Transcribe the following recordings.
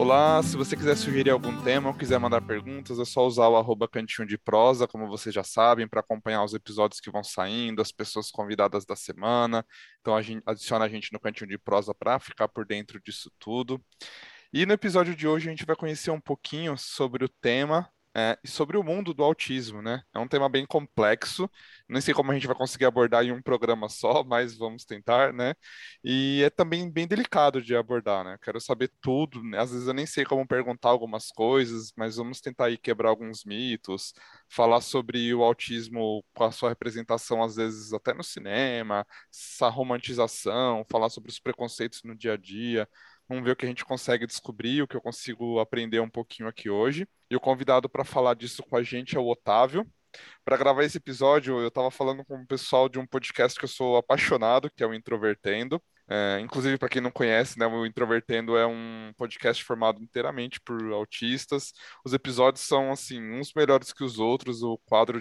Olá, se você quiser sugerir algum tema ou quiser mandar perguntas, é só usar o @cantinho de prosa, como vocês já sabem, para acompanhar os episódios que vão saindo, as pessoas convidadas da semana. Então adiciona a gente no cantinho de prosa para ficar por dentro disso tudo. E no episódio de hoje a gente vai conhecer um pouquinho sobre o tema e sobre o mundo do autismo, né? É um tema bem complexo, não sei como a gente vai conseguir abordar em um programa só, mas vamos tentar, né? E é também bem delicado de abordar, né? Quero saber tudo, né? Às vezes eu nem sei como perguntar algumas coisas, mas vamos tentar aí quebrar alguns mitos, falar sobre o autismo com a sua representação, às vezes até no cinema, essa romantização, falar sobre os preconceitos no dia a dia. Vamos ver o que a gente consegue descobrir, o que eu consigo aprender um pouquinho aqui hoje. E o convidado para falar disso com a gente é o Otávio. Para gravar esse episódio, eu estava falando com o pessoal de um podcast que eu sou apaixonado, que é o Introvertendo. Inclusive, para quem não conhece, né, o Introvertendo é um podcast formado inteiramente por autistas. Os episódios são, assim, uns melhores que os outros. O quadro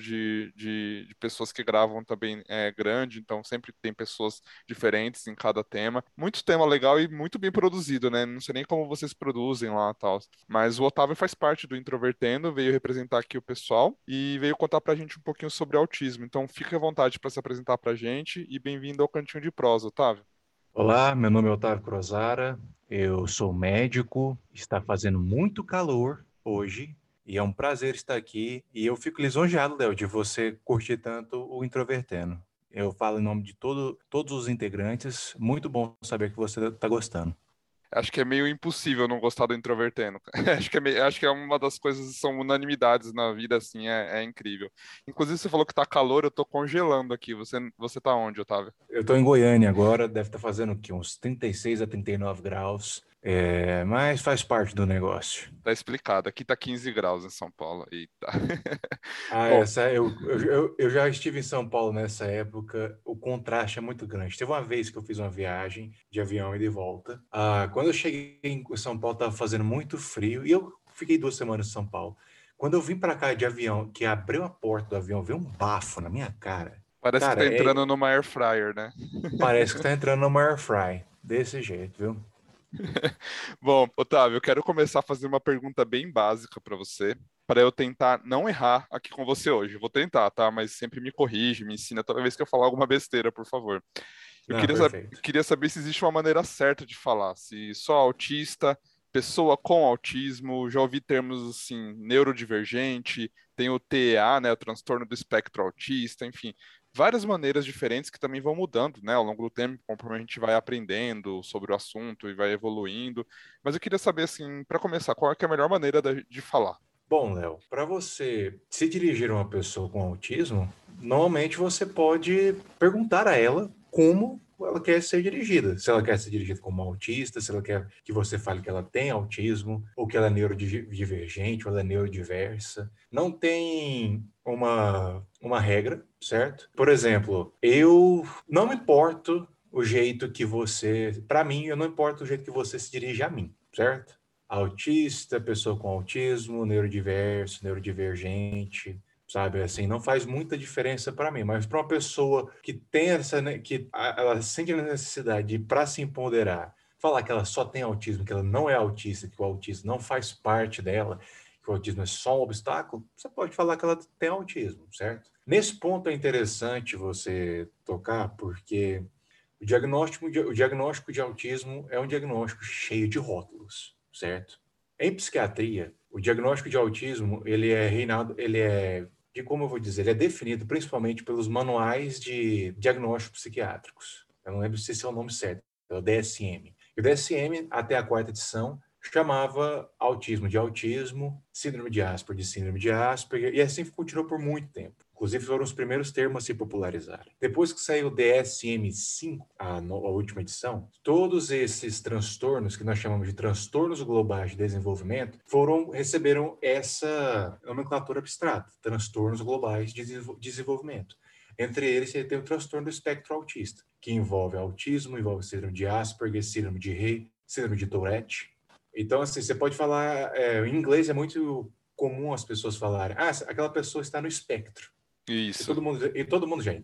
de pessoas que gravam também é grande, então sempre tem pessoas diferentes em cada tema. Muito tema legal e muito bem produzido, né? Não sei nem como vocês produzem lá e tal. Mas o Otávio faz parte do Introvertendo, veio representar aqui o pessoal e veio contar pra gente um pouquinho sobre autismo. Então, fique à vontade para se apresentar pra gente e bem-vindo ao Cantinho de Prosa, Otávio. Olá, meu nome é Otávio Crozara, eu sou médico, está fazendo muito calor hoje e é um prazer estar aqui e eu fico lisonjeado, Léo, de você curtir tanto o Introvertendo. Eu falo em nome de todos os integrantes, muito bom saber que você está gostando. Acho que é meio impossível não gostar do Introvertendo. Acho que é uma das coisas, são unanimidades na vida, assim, é incrível. Inclusive, você falou que tá calor, eu tô congelando aqui. Você tá onde, Otávio? Eu estou em Goiânia agora, deve estar fazendo o quê? Uns 36 a 39 graus, mas faz parte do negócio. Tá explicado. Aqui tá 15 graus em São Paulo. Eita. Ah, Bom, eu já estive em São Paulo nessa época, o contraste é muito grande. Teve uma vez que eu fiz uma viagem de avião e de volta. Quando eu cheguei em São Paulo, estava fazendo muito frio e eu fiquei 2 semanas em São Paulo. Quando eu vim para cá de avião, que abriu a porta do avião, veio um bafo na minha cara. parece que Cara, tá entrando numa air fryer, né? parece que tá entrando numa air fry. Desse jeito, viu? Bom, Otávio, eu quero começar a fazer uma pergunta bem básica para você, para eu tentar não errar aqui com você hoje. Vou tentar, tá? Mas sempre me corrige, me ensina toda vez que eu falar alguma besteira, por favor. Não, perfeito. Queria saber se existe uma maneira certa de falar, se só autista, pessoa com autismo, já ouvi termos assim, neurodivergente, tem o TEA, né, o transtorno do espectro autista, enfim, várias maneiras diferentes que também vão mudando, né, ao longo do tempo, conforme a gente vai aprendendo sobre o assunto e vai evoluindo. Mas eu queria saber, assim, para começar, qual é que é a melhor maneira de falar? Bom, Léo, para você se dirigir a uma pessoa com autismo, normalmente você pode perguntar a ela como ela quer ser dirigida. Se ela quer ser dirigida como autista, se ela quer que você fale que ela tem autismo, ou que ela é neurodivergente, ou ela é neurodiversa. Não tem uma regra, certo? Por exemplo, eu não me importo o jeito que você. Para mim, eu não importo o jeito que você se dirige a mim, certo? Autista, pessoa com autismo, neurodiverso, neurodivergente, sabe? Assim, não faz muita diferença para mim, mas para uma pessoa que tem essa, né, ela sente a necessidade de, para se empoderar, falar que ela só tem autismo, que ela não é autista, que o autismo não faz parte dela, que o autismo é só um obstáculo, você pode falar que ela tem autismo, certo? Nesse ponto é interessante você tocar, porque o diagnóstico de autismo é um diagnóstico cheio de rótulos, certo? Em psiquiatria, o diagnóstico de autismo, como eu vou dizer, ele é definido principalmente pelos manuais de diagnóstico psiquiátricos. Eu não lembro se esse é o nome certo, é o DSM. E o DSM, até a quarta edição, chamava autismo de autismo, síndrome de Asperger de síndrome de Asperger, e assim continuou por muito tempo. Inclusive, foram os primeiros termos a se popularizarem. Depois que saiu o DSM-5, a última edição, todos esses transtornos, que nós chamamos de transtornos globais de desenvolvimento, receberam essa nomenclatura abstrata, transtornos globais de desenvolvimento. Entre eles, você tem o transtorno do espectro autista, que envolve autismo, envolve síndrome de Asperger, síndrome de Rey, síndrome de Tourette. Então, assim, você pode falar, em inglês é muito comum as pessoas falarem, aquela pessoa está no espectro. Isso. E todo mundo já entende.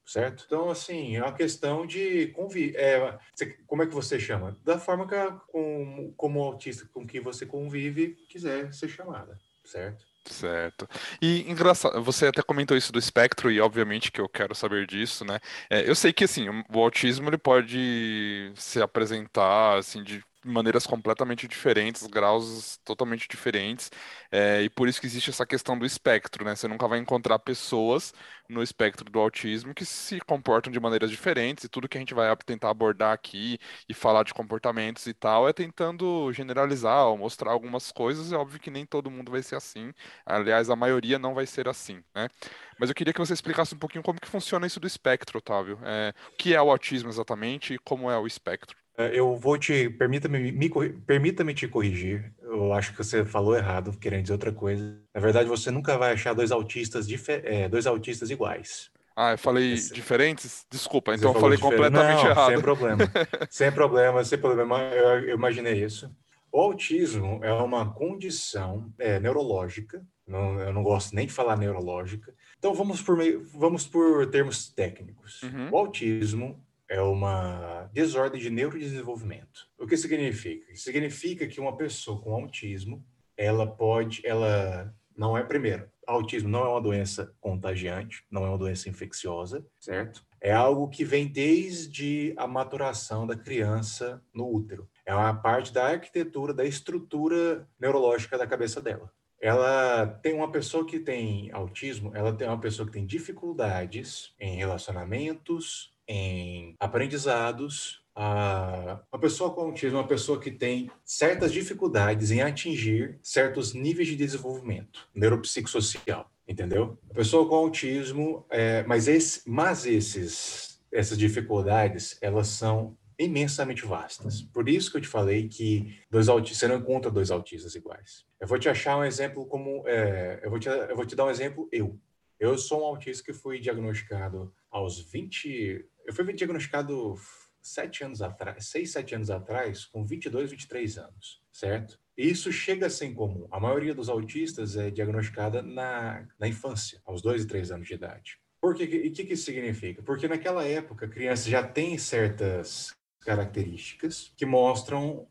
certo? Então, assim, é uma questão de como é que você chama? Da forma como o autista com que você convive quiser ser chamada, certo? Certo. E engraçado, você até comentou isso do espectro e obviamente que eu quero saber disso, né? Eu sei que assim, o autismo ele pode se apresentar assim de maneiras completamente diferentes, graus totalmente diferentes, e por isso que existe essa questão do espectro, né? Você nunca vai encontrar pessoas no espectro do autismo que se comportam de maneiras diferentes e tudo que a gente vai tentar abordar aqui e falar de comportamentos e tal é tentando generalizar ou mostrar algumas coisas. É óbvio que nem todo mundo vai ser assim. Aliás, a maioria não vai ser assim, né? Mas eu queria que você explicasse um pouquinho como que funciona isso do espectro, Otávio. O que é o autismo exatamente e como é o espectro? Eu vou permita-me te corrigir. Eu acho que você falou errado, querendo dizer outra coisa. Na verdade, você nunca vai achar dois autistas iguais. Ah, eu falei Esse- diferentes? Desculpa, Você então eu falou falei diferente. completamente Não, sem errado. problema. Sem problema, sem problema. Eu imaginei isso. O autismo é uma condição neurológica. Não, eu não gosto nem de falar neurológica. Então vamos por termos técnicos. Uhum, O autismo é uma desordem de neurodesenvolvimento. O que significa? Significa que uma pessoa com autismo, ela não é, primeiro, autismo não é uma doença contagiante, não é uma doença infecciosa, certo? É algo que vem desde a maturação da criança no útero. É uma parte da arquitetura, da estrutura neurológica da cabeça dela. Ela tem uma pessoa que tem autismo, ela tem uma pessoa que tem dificuldades em relacionamentos, em aprendizados. Uma pessoa com autismo é uma pessoa que tem certas dificuldades em atingir certos níveis de desenvolvimento neuropsicossocial, entendeu? A pessoa com autismo, essas dificuldades, elas são imensamente vastas. Por isso que eu te falei que você não encontra dois autistas iguais. Eu vou te achar um exemplo eu vou te dar um exemplo, eu sou um autista que fui diagnosticado aos 20. Eu fui diagnosticado 7 anos atrás, 6, 7 anos atrás, com 22, 23 anos, certo? E isso chega a ser incomum. A maioria dos autistas é diagnosticada na infância, aos 2 e 3 anos de idade. E o que isso significa? Porque naquela época a criança já tem certas características que mostram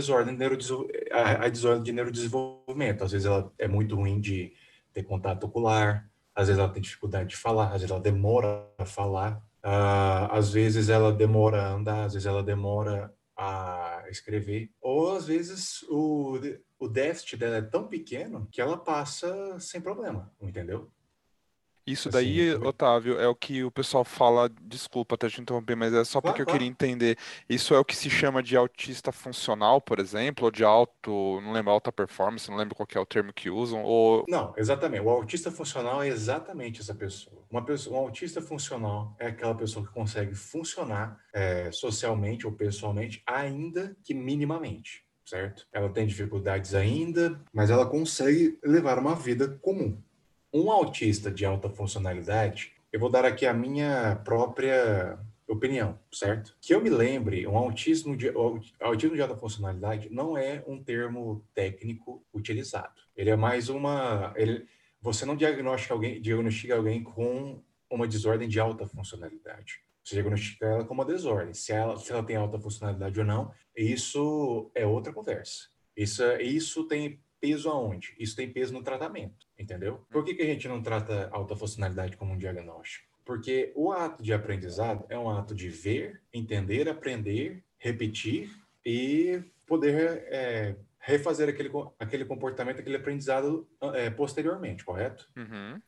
a desordem de neurodesenvolvimento. Às vezes ela é muito ruim de ter contato ocular, às vezes ela tem dificuldade de falar, às vezes ela demora a falar, às vezes ela demora a andar, às vezes ela demora a escrever, ou às vezes o déficit dela é tão pequeno que ela passa sem problema, entendeu? Isso Assim, daí, Otávio, é o que o pessoal fala, desculpa até te interromper, mas é só porque claro, eu queria claro. entender. Isso é o que se chama de autista funcional, por exemplo, ou de não lembro, alta performance, não lembro qual que é o termo que usam, ou... Não, exatamente. O autista funcional é exatamente essa pessoa. Um autista funcional é aquela pessoa que consegue funcionar socialmente ou pessoalmente, ainda que minimamente, certo? Ela tem dificuldades ainda, mas ela consegue levar uma vida comum. Um autista de alta funcionalidade, eu vou dar aqui a minha própria opinião, certo? Que eu me lembre, autismo de alta funcionalidade não é um termo técnico utilizado. Ele é mais você não diagnostica alguém com uma desordem de alta funcionalidade. Você diagnostica ela com uma desordem. Se ela tem alta funcionalidade ou não, isso é outra conversa. Isso tem peso aonde? Isso tem peso no tratamento, entendeu? Por que a gente não trata a alta funcionalidade como um diagnóstico? Porque o ato de aprendizado é um ato de ver, entender, aprender, repetir e poder refazer aquele comportamento, aquele aprendizado posteriormente, correto? Uhum.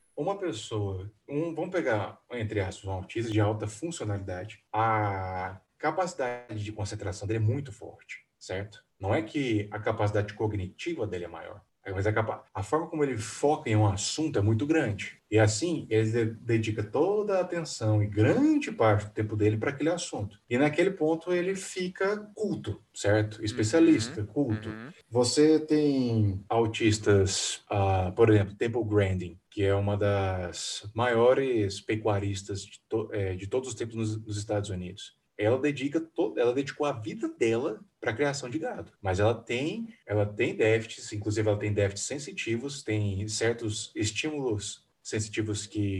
Vamos pegar, entre aspas, um autista de alta funcionalidade, a capacidade de concentração dele é muito forte, certo? Não é que a capacidade cognitiva dele é maior, mas a forma como ele foca em um assunto é muito grande. E assim, ele dedica toda a atenção e grande parte do tempo dele para aquele assunto. E naquele ponto ele fica culto, certo? Uhum, Especialista, culto. uhum, Você tem autistas, por exemplo, Temple Grandin, que é uma das maiores pecuaristas de todos os tempos nos Estados Unidos. Ela dedicou a vida dela para a criação de gado, mas ela tem déficits, inclusive ela tem déficits sensitivos, tem certos estímulos sensitivos que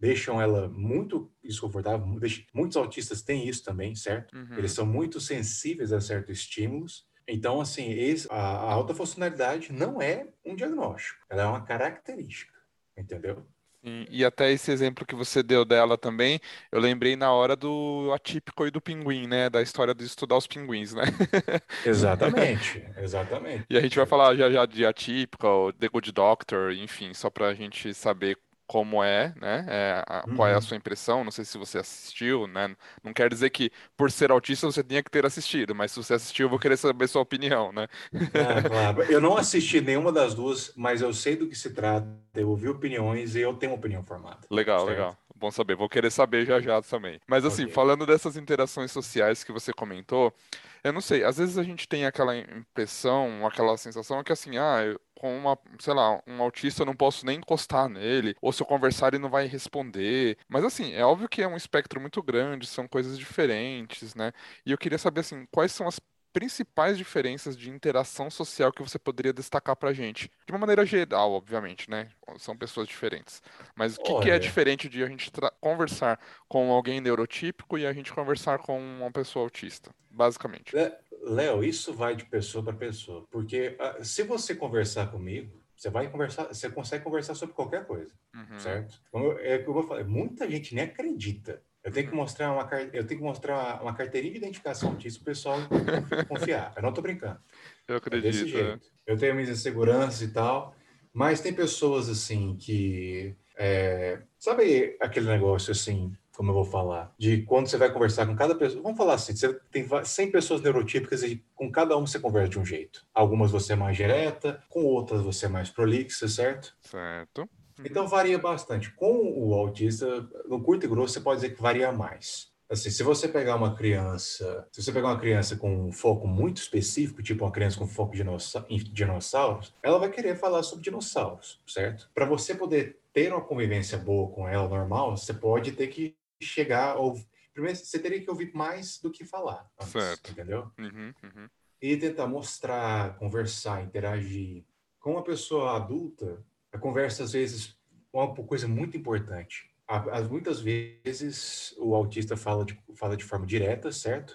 deixam ela muito desconfortável. Muitos autistas têm isso também, certo? Eles Uhum. são muito sensíveis a certos estímulos. Então, assim, a alta funcionalidade não é um diagnóstico, ela é uma característica, entendeu? Sim, e até esse exemplo que você deu dela também, eu lembrei na hora do Atípico e do Pinguim, né? Da história de estudar os pinguins, né? Exatamente, exatamente. E a gente vai falar já já de Atypical, The Good Doctor, enfim, só pra gente saber como é, né? Qual é a Uhum. sua impressão? Não sei se você assistiu, né? Não quer dizer que por ser autista você tenha que ter assistido, mas se você assistiu, eu vou querer saber sua opinião, né? Ah, claro. Eu não assisti nenhuma das duas, mas eu sei do que se trata, eu ouvi opiniões e eu tenho uma opinião formada, Legal, certo? legal. Bom saber. Vou querer saber já já também. Mas assim, Ok. falando dessas interações sociais que você comentou, eu não sei, às vezes a gente tem aquela impressão, aquela sensação que assim, com uma, sei lá, um autista eu não posso nem encostar nele, ou se eu conversar ele não vai responder. Mas assim, é óbvio que é um espectro muito grande, são coisas diferentes, né? E eu queria saber assim, quais são as principais diferenças de interação social que você poderia destacar pra gente? De uma maneira geral, obviamente, né? São pessoas diferentes. Mas o que que é Olha, diferente de a gente conversar com alguém neurotípico e a gente conversar com uma pessoa autista, basicamente? Léo, isso vai de pessoa para pessoa, porque se você conversar comigo, você vai conversar, você consegue conversar sobre qualquer coisa, Uhum, certo? Como eu falei, muita gente nem acredita. uhum. Eu tenho que mostrar uma carteirinha de identificação disso para o pessoal confiar. Eu não estou brincando. Eu É desse acredito. É. jeito. Eu tenho minhas inseguranças e tal, mas tem pessoas assim que. Sabe aquele negócio assim, como eu vou falar, de quando você vai conversar com cada pessoa. Vamos falar assim: você tem 100 pessoas neurotípicas e com cada uma você conversa de um jeito. Algumas você é mais direta, com outras você é mais prolixa, certo? Certo. Uhum. Então varia bastante. Com o autista, no curto e grosso, você pode dizer que varia mais. Assim, se você pegar uma criança com um foco muito específico, tipo uma criança com foco em dinossauros, ela vai querer falar sobre dinossauros, certo? Para você poder ter uma convivência boa com ela, normal, você pode ter que chegar ou primeiro você teria que ouvir mais do que falar antes, Certo. entendeu? Uhum, uhum. E tentar mostrar, conversar, interagir. Com uma pessoa adulta, a conversa às vezes é uma coisa muito importante. Muitas vezes o autista fala de forma direta, certo?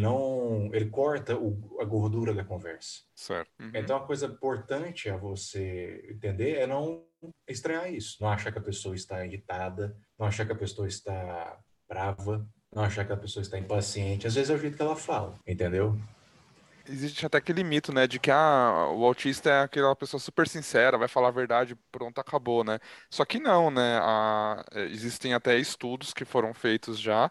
Ele corta a gordura da conversa. Certo. Uhum. Então, a coisa importante a você entender é não estranhar isso, não achar que a pessoa está irritada, não achar que a pessoa está brava, não achar que a pessoa está impaciente. Às vezes é o jeito que ela fala, entendeu? Existe até aquele mito, né, de que o autista é aquela pessoa super sincera, vai falar a verdade, pronto, acabou, né? Só que não, né? Existem até estudos que foram feitos já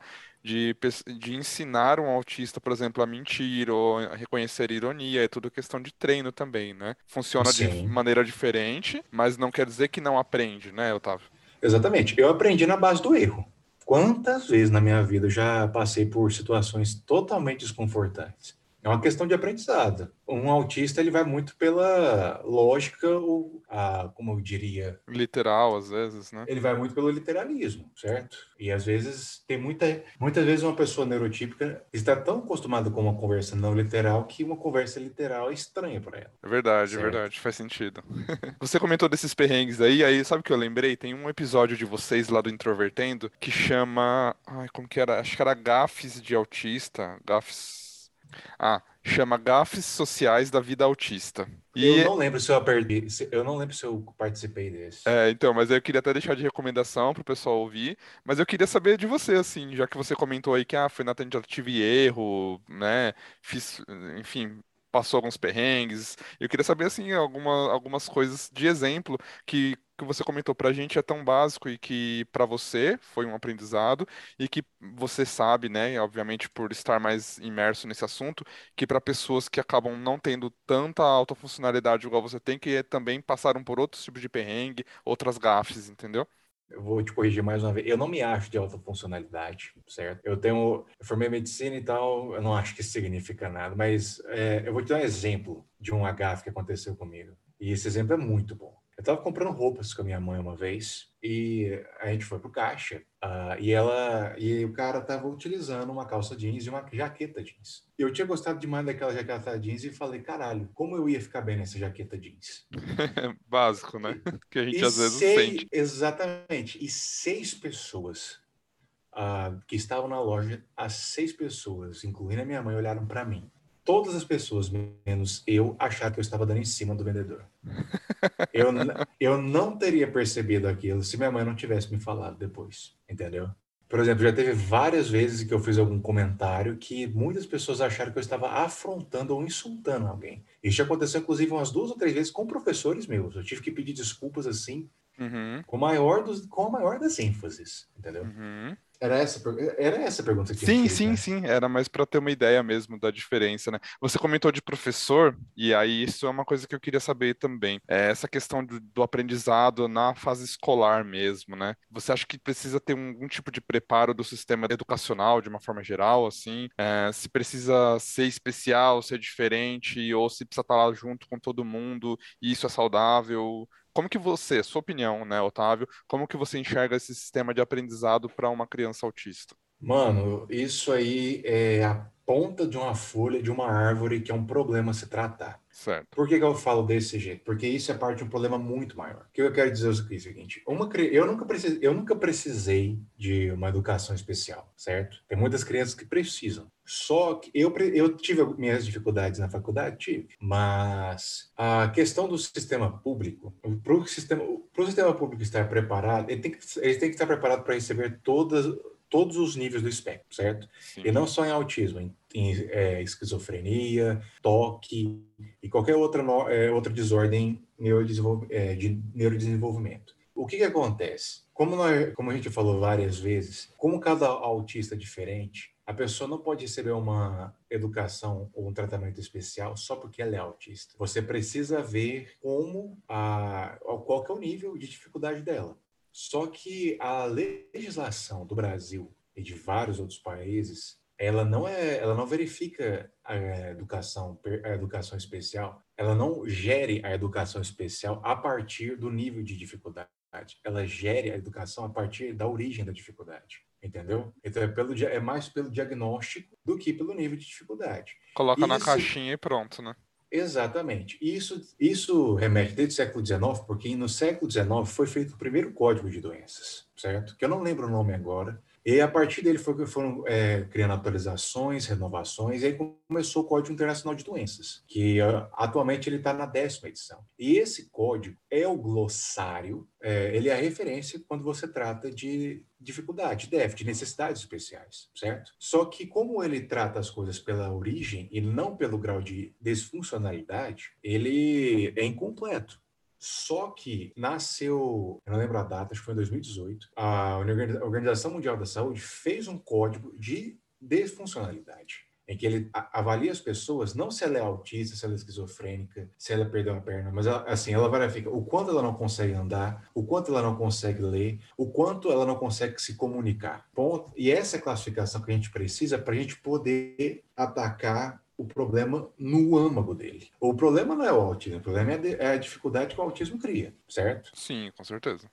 de ensinar um autista, por exemplo, a mentir ou a reconhecer ironia, é tudo questão de treino também, né? Funciona de Sim. maneira diferente, mas não quer dizer que não aprende, né, Otávio? Exatamente. Eu aprendi na base do erro. Quantas vezes na minha vida eu já passei por situações totalmente desconfortantes? É uma questão de aprendizado. Um autista ele vai muito pela lógica, ou como eu diria, Literal, às vezes, né? ele vai muito pelo literalismo, certo? E às vezes muitas vezes uma pessoa neurotípica está tão acostumada com uma conversa não literal que uma conversa literal é estranha para ela, É certo? verdade, faz sentido. Você comentou desses perrengues aí sabe o que eu lembrei? Tem um episódio de vocês lá do Introvertendo que chama. Ai, como que era? Acho que era Gafes de Autista. Gafes. Chama Gafes Sociais da Vida Autista. Eu E não lembro se eu perdi, eu não lembro se eu participei desse. então, mas eu queria até deixar de recomendação pro pessoal ouvir, mas eu queria saber de você, assim, já que você comentou aí que foi na tentativa e erro, né? Fiz, enfim, passou alguns perrengues. Eu queria saber, assim, algumas coisas de exemplo que você comentou pra gente é tão básico e que pra você foi um aprendizado e que você sabe, né, obviamente por estar mais imerso nesse assunto, que para pessoas que acabam não tendo tanta alta funcionalidade igual você tem, que também passaram por outros tipos de perrengue, outras gafes, entendeu? Eu vou te corrigir mais uma vez. Eu não me acho de alta funcionalidade, certo? Eu formei medicina e tal, eu não acho que isso significa nada, mas eu vou te dar um exemplo de um agafe que aconteceu comigo. E esse exemplo é muito bom. Eu tava comprando roupas com a minha mãe uma vez e a gente foi pro caixa, e o cara tava utilizando uma calça jeans e uma jaqueta jeans. Eu tinha gostado demais daquela jaqueta jeans e falei, caralho, como eu ia ficar bem nessa jaqueta jeans? Básico, né? Que a gente E às vezes sente. sei exatamente, e 6 pessoas que estavam na loja, as 6 pessoas, incluindo a minha mãe, olharam para mim. Todas as pessoas, menos eu, acharam que eu estava dando em cima do vendedor. Eu não teria percebido aquilo se minha mãe não tivesse me falado depois, entendeu? Por exemplo, já teve várias vezes que eu fiz algum comentário que muitas pessoas acharam que eu estava afrontando ou insultando alguém. Isso já aconteceu, inclusive, umas 2 ou 3 vezes com professores meus. Eu tive que pedir desculpas assim, Uhum, com a maior das ênfases, entendeu? uhum. Era essa a pergunta que tinha me Sim, feito, sim, né? sim. Era mais para ter uma ideia mesmo da diferença, né? Você comentou de professor, e aí isso é uma coisa que eu queria saber também. É essa questão do aprendizado na fase escolar mesmo, né? Você acha que precisa ter algum tipo de preparo do sistema educacional de uma forma geral, assim? Se precisa ser especial, ser diferente, ou se precisa estar lá junto com todo mundo, e isso é saudável? Como que você, sua opinião, né, Otávio, como que você enxerga esse sistema de aprendizado para uma criança autista? Mano, isso aí é a ponta de uma folha de uma árvore que é um problema a se tratar. Certo. Por que que eu falo desse jeito? Porque isso é parte de um problema muito maior. O que eu quero dizer é o seguinte: eu nunca precisei de uma educação especial, certo? Tem muitas crianças que precisam. Só que eu tive minhas dificuldades na faculdade, tive. Mas a questão do sistema público, para o sistema público estar preparado, ele tem que estar preparado para receber todos os níveis do espectro, certo? E não Sim. só em autismo, em esquizofrenia, toque e qualquer outra desordem de neurodesenvolvimento. O que que acontece? Como a gente falou várias vezes, como cada autista é diferente, a pessoa não pode receber uma educação ou um tratamento especial só porque ela é autista. Você precisa ver qual que é o nível de dificuldade dela. Só que a legislação do Brasil e de vários outros países, ela não verifica a educação especial, ela não gere a educação especial a partir do nível de dificuldade. Ela gere a educação a partir da origem da dificuldade. Entendeu? Então é mais pelo diagnóstico do que pelo nível de dificuldade. Coloca E na isso caixinha e pronto, né? Exatamente. Isso remete desde o século XIX, porque no século XIX foi feito o primeiro código de doenças, certo? Que eu não lembro o nome agora. E a partir dele foi que foram criando atualizações, renovações, e aí começou o Código Internacional de Doenças, que atualmente ele está na 10ª edição. E esse código é o glossário, ele é a referência quando você trata de dificuldade, déficit, de necessidades especiais, certo? Só que como ele trata as coisas pela origem e não pelo grau de desfuncionalidade, ele é incompleto. Só que nasceu, eu não lembro a data, acho que foi em 2018, a Organização Mundial da Saúde fez um código de desfuncionalidade, em que ele avalia as pessoas, não se ela é autista, se ela é esquizofrênica, se ela perdeu a perna, mas assim, ela verifica o quanto ela não consegue andar, o quanto ela não consegue ler, o quanto ela não consegue se comunicar. Ponto. E essa é a classificação que a gente precisa para a gente poder atacar o problema no âmago dele. O problema não é o autismo, o problema é a dificuldade que o autismo cria, certo? Sim, com certeza.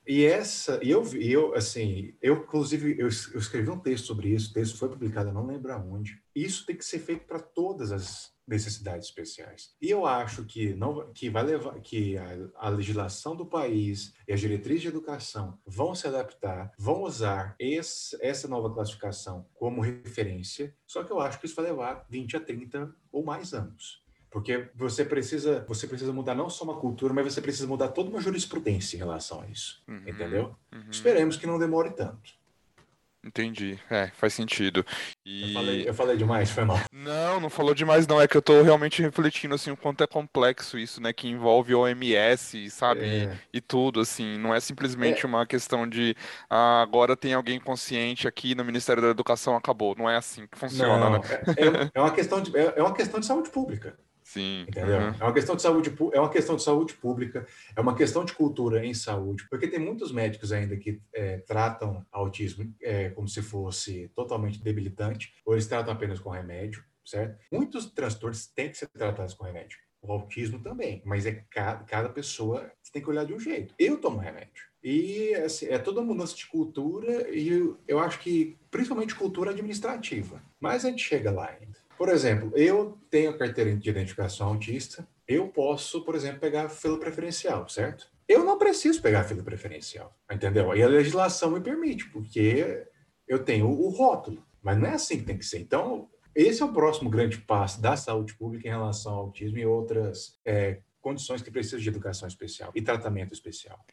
Inclusive, eu escrevi um texto sobre isso, o texto foi publicado, eu não lembro aonde. Isso tem que ser feito para todas as necessidades especiais. E eu acho que não, que vai levar, que a legislação do país e as diretrizes de educação vão se adaptar, vão usar essa nova classificação como referência, só que eu acho que isso vai levar 20 a 30 ou mais anos. Porque você precisa mudar não só uma cultura, mas você precisa mudar toda uma jurisprudência em relação a isso. Uhum, Entendeu? uhum. Esperemos que não demore tanto. Entendi. É, faz sentido. Eu falei, E eu falei demais, foi mal. não, não falou demais, não. É que eu tô realmente refletindo assim o quanto é complexo isso, né? Que envolve OMS, sabe? É, E tudo, assim. Não é simplesmente é, uma questão de agora tem alguém consciente aqui no Ministério da Educação, acabou. Não é assim que funciona, né? não, é uma questão de saúde pública. Sim. Entendeu? Uhum. É uma questão de saúde pública, é uma questão de cultura em saúde, porque tem muitos médicos ainda que tratam autismo como se fosse totalmente debilitante, ou eles tratam apenas com remédio, certo? Muitos transtornos têm que ser tratados com remédio. O autismo também, mas cada pessoa tem que olhar de um jeito. Eu tomo remédio. E assim, é toda mudança de cultura e eu acho que principalmente cultura administrativa. Mas a gente chega lá ainda. Por exemplo, eu tenho a carteira de identificação autista, eu posso, por exemplo, pegar fila preferencial, certo? Eu não preciso pegar fila preferencial, entendeu? E a legislação me permite, porque eu tenho o rótulo. Mas não é assim que tem que ser. Então, esse é o próximo grande passo da saúde pública em relação ao autismo e outras condições que precisam de educação especial e tratamento especial.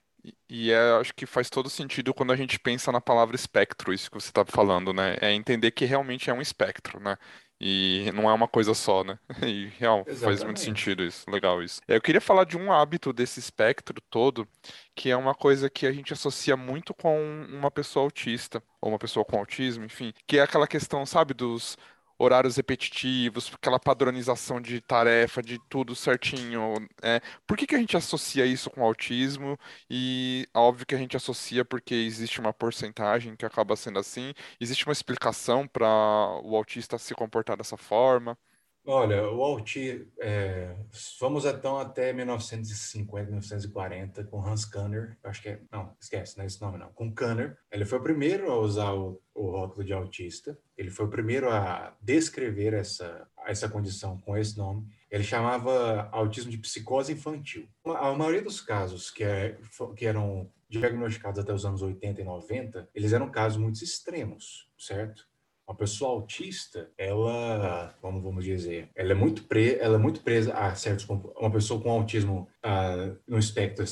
Acho que faz todo sentido quando a gente pensa na palavra espectro, isso que você está falando, né? É entender que realmente é um espectro, né? E não é uma coisa só, né? E real, faz muito Exatamente. sentido isso, legal isso. Eu queria falar de um hábito desse espectro todo, que é uma coisa que a gente associa muito com uma pessoa autista, ou uma pessoa com autismo, enfim, que é aquela questão, sabe, dos horários repetitivos, aquela padronização de tarefa, de tudo certinho. Por que que a gente associa isso com autismo? E óbvio que a gente associa porque existe uma porcentagem que acaba sendo assim. Existe uma explicação para o autista se comportar dessa forma. Olha, o autismo, vamos então até 1950, 1940, com Hans Kanner, acho que é, não, esquece, não é esse nome não, com Kanner, ele foi o primeiro a usar o rótulo de autista, ele foi o primeiro a descrever essa condição com esse nome, ele chamava autismo de psicose infantil. A maioria dos casos que eram diagnosticados até os anos 80 e 90, eles eram casos muito extremos, certo? Uma pessoa autista, ela, vamos dizer, ela é muito presa a certos, uma pessoa com autismo no espectro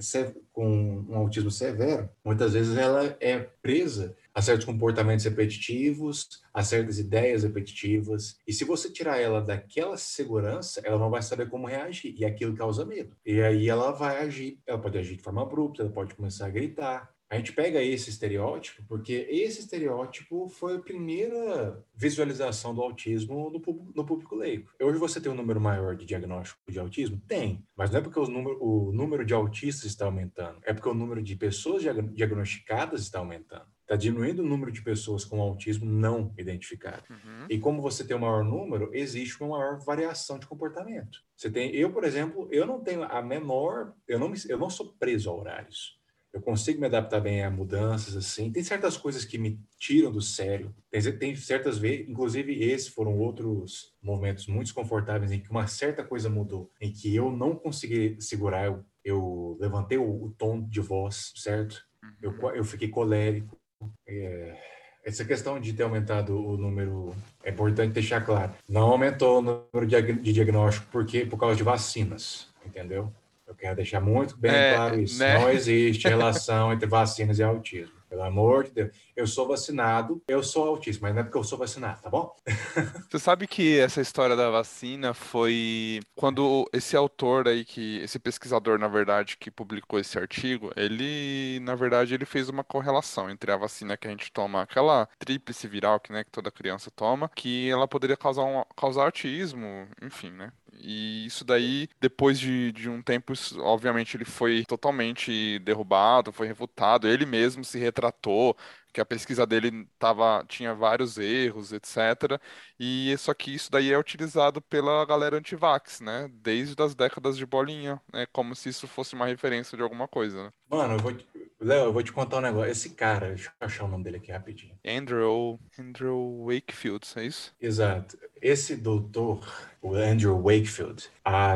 com um autismo severo, muitas vezes ela é presa a certos comportamentos repetitivos, a certas ideias repetitivas, e se você tirar ela daquela segurança, ela não vai saber como reagir, e aquilo causa medo. E aí ela vai agir, ela pode agir de forma abrupta, ela pode começar a gritar, a gente pega esse estereótipo porque esse estereótipo foi a primeira visualização do autismo no público leigo. Hoje você tem um número maior de diagnóstico de autismo? Tem, mas não é porque o número de autistas está aumentando, é porque o número de pessoas diagnosticadas está aumentando. Está diminuindo o número de pessoas com autismo não identificado. Uhum. E como você tem um maior número, existe uma maior variação de comportamento. Eu, por exemplo, eu não tenho a menor, eu não sou preso a horários. Eu consigo me adaptar bem a mudanças, assim. Tem certas coisas que me tiram do sério. Tem certas vezes, inclusive esses foram outros momentos muito desconfortáveis em que uma certa coisa mudou, em que eu não consegui segurar, eu levantei o tom de voz, certo? Uhum. Eu fiquei colérico. Essa questão de ter aumentado o número, é importante deixar claro. Não aumentou o número de diagnóstico por causa de vacinas, entendeu? Eu quero deixar muito bem claro isso. Né? Não existe relação entre vacinas e autismo. Pelo amor de Deus. Eu sou vacinado, eu sou autista, mas não é porque eu sou vacinado, tá bom? Você sabe que essa história da vacina foi quando esse autor aí esse pesquisador, na verdade, que publicou esse artigo, ele, na verdade, ele fez uma correlação entre a vacina que a gente toma, aquela tríplice viral que, né, que toda criança toma, que ela poderia causar autismo, enfim, né? E isso daí, depois de um tempo, obviamente, ele foi totalmente derrubado, foi refutado, ele mesmo se retratou, que a pesquisa dele tinha vários erros, etc. E só que isso daí é utilizado pela galera anti-vax, né? Desde as décadas de bolinha, né? Como se isso fosse uma referência de alguma coisa, né? Mano, Léo, eu vou te contar um negócio. Esse cara, deixa eu achar o nome dele aqui rapidinho. Andrew Wakefield, é isso? Exato. Esse doutor, o Andrew Wakefield,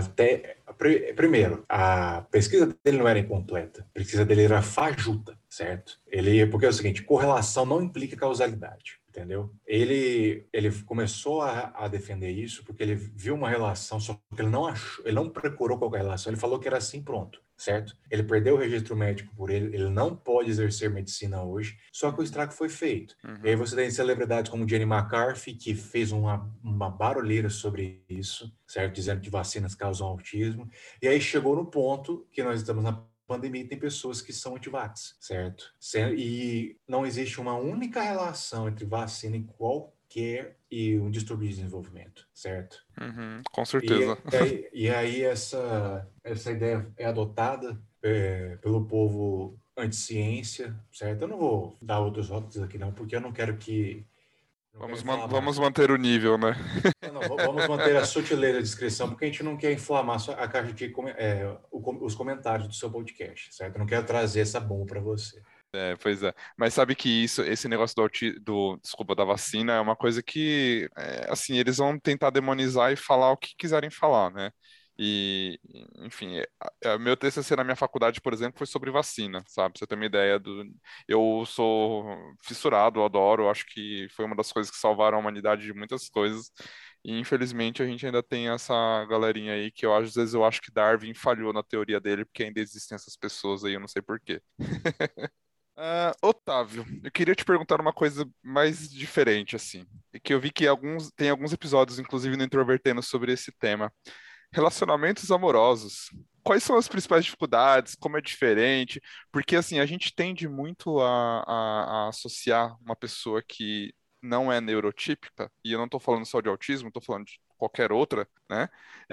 primeiro, a pesquisa dele não era incompleta, a pesquisa dele era fajuta, certo? Porque é o seguinte, correlação não implica causalidade. Entendeu? Ele começou a defender isso porque ele viu uma relação, só que ele não achou, ele não procurou qualquer relação, ele falou que era assim, pronto, certo? Ele perdeu o registro médico por ele não pode exercer medicina hoje, só que o Uhum, estrago foi feito. E aí uhum, você tem celebridades como Jenny McCarthy, que fez uma barulheira sobre isso, certo? Dizendo que vacinas causam autismo. E aí chegou no ponto que nós estamos na pandemia e tem pessoas que são antivax, certo? E não existe uma única relação entre vacina e um distúrbio de desenvolvimento, certo? uhum, com certeza. E aí essa ideia é adotada pelo povo anti-ciência, certo? Eu não vou dar outros rótulos aqui não, porque eu não quero que Não quero Vamos inflamar. manter o nível, né? Não, vamos manter a sutileza de descrição, porque a gente não quer inflamar a caixa de os comentários do seu podcast, certo? Eu não quero trazer essa bomba para você. Pois é. Mas sabe que esse negócio desculpa, da vacina é uma coisa que, assim, eles vão tentar demonizar e falar o que quiserem falar, né? E, enfim, meu TCC na minha faculdade, por exemplo, foi sobre vacina, sabe? Pra você ter uma ideia do... Eu sou fissurado, eu adoro, eu acho que foi uma das coisas que salvaram a humanidade de muitas coisas. E, infelizmente, a gente ainda tem essa galerinha aí que às vezes eu acho que Darwin falhou na teoria dele, porque ainda existem essas pessoas aí, eu não sei por quê. Otávio, eu queria te perguntar uma coisa mais diferente, assim. É que eu vi que tem alguns episódios, inclusive no Introvertendo, sobre esse tema. Relacionamentos amorosos. Quais são as principais dificuldades? Como é diferente? Porque, assim, a gente tende muito a associar uma pessoa que não é neurotípica, e eu não estou falando só de autismo, estou falando de qualquer outra, né?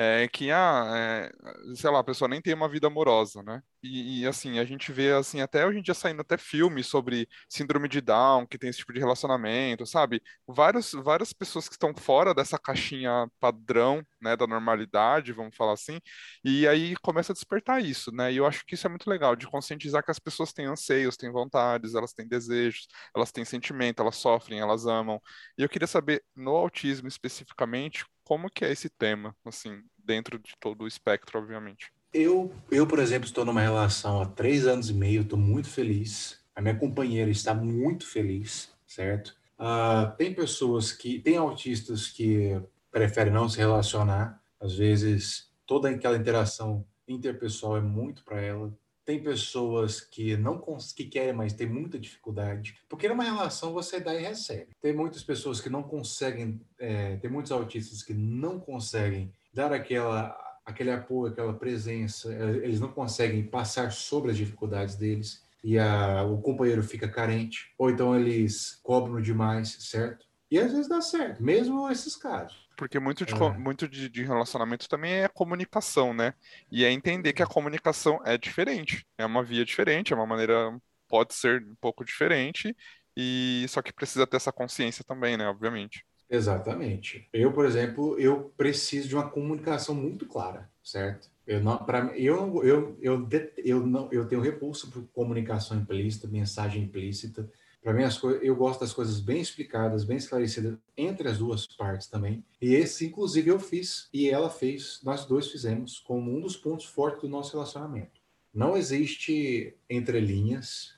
Sei lá, a pessoa nem tem uma vida amorosa, né? Assim, a gente vê, assim, até hoje em dia saindo até filmes sobre síndrome de Down, que tem esse tipo de relacionamento, sabe? Várias pessoas que estão fora dessa caixinha padrão, né, da normalidade, vamos falar assim, e aí começa a despertar isso, né? E eu acho que isso é muito legal, de conscientizar que as pessoas têm anseios, têm vontades, elas têm desejos, elas têm sentimento, elas sofrem, elas amam. E eu queria saber, no autismo especificamente, como que é esse tema, assim, dentro de todo o espectro, obviamente. Por exemplo, estou numa relação há 3 anos e meio, estou muito feliz. A minha companheira está muito feliz, certo? Tem autistas que preferem não se relacionar. Às vezes, toda aquela interação interpessoal é muito para ela. Tem pessoas que não que querem, mas tem muita dificuldade. Porque numa relação você dá e recebe. Tem muitas pessoas que não conseguem, tem muitos autistas que não conseguem dar aquele apoio, aquela presença, eles não conseguem passar sobre as dificuldades deles e o companheiro fica carente, ou então eles cobram demais, certo? E às vezes dá certo, mesmo esses casos. Porque Ah, muito de relacionamento também é comunicação, né? E é entender que a comunicação é diferente, é uma via diferente, é uma maneira, pode ser um pouco diferente, e só que precisa ter essa consciência também, né? Obviamente. exatamente. Eu, por exemplo, eu preciso de uma comunicação muito clara, certo? Eu não, para eu não, eu tenho repulso por comunicação implícita, mensagem implícita. Para mim, eu gosto das coisas bem explicadas, bem esclarecidas entre as duas partes também. E esse, inclusive, eu fiz e ela fez, nós dois fizemos como um dos pontos fortes do nosso relacionamento. Não existe entrelinhas,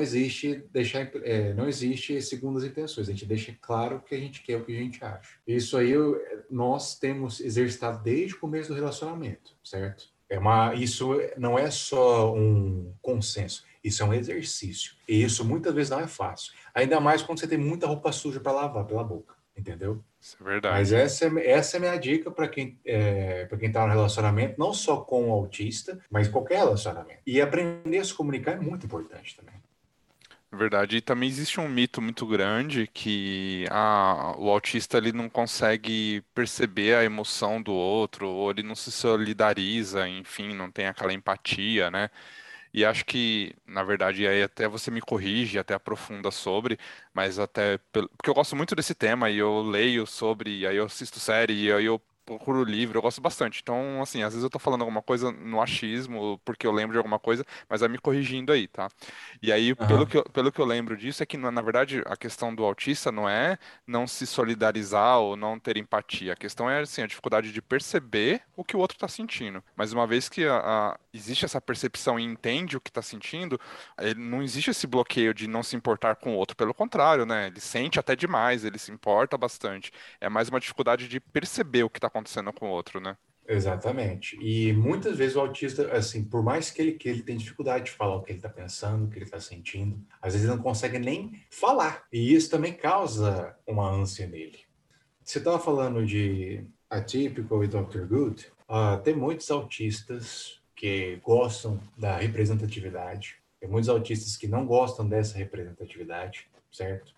não existe segundas intenções. A gente deixa claro o que a gente quer, o que a gente acha. Isso aí nós temos exercitado desde o começo do relacionamento, certo? Isso não é só um consenso, isso é um exercício. E isso muitas vezes não é fácil. Ainda mais quando você tem muita roupa suja para lavar pela boca, entendeu? Isso é Mas verdade. essa é a minha dica para quem está no relacionamento, não só com o autista, mas qualquer relacionamento. E aprender a se comunicar é muito importante também. É verdade. E também existe um mito muito grande que o autista ele não consegue perceber a emoção do outro, ou ele não se solidariza, enfim, não tem aquela empatia, né? E acho que, na verdade, aí até você me corrige, até aprofunda sobre, mas porque eu gosto muito desse tema e eu leio sobre, e aí eu assisto série, e aí eu procuro livro, eu gosto bastante. Então, assim, às vezes eu tô falando alguma coisa no achismo, porque eu lembro de alguma coisa, mas vai me corrigindo aí, tá? E aí, Aham. pelo que eu lembro disso, é que, na verdade, a questão do autista não é não se solidarizar ou não ter empatia. A questão é, assim, a dificuldade de perceber o que o outro está sentindo. Mas uma vez que existe essa percepção e entende o que está sentindo, não existe esse bloqueio de não se importar com o outro. Pelo contrário, né? Ele sente até demais, ele se importa bastante. É mais uma dificuldade de perceber o que está acontecendo com o outro, né? Exatamente. E muitas vezes o autista, assim, por mais que ele tenha dificuldade de falar o que ele está pensando, o que ele está sentindo, às vezes ele não consegue nem falar. E isso também causa uma ânsia nele. Você estava falando de Atypical e Dr. Good. Tem muitos autistas que gostam da representatividade. Tem muitos autistas que não gostam dessa representatividade, certo?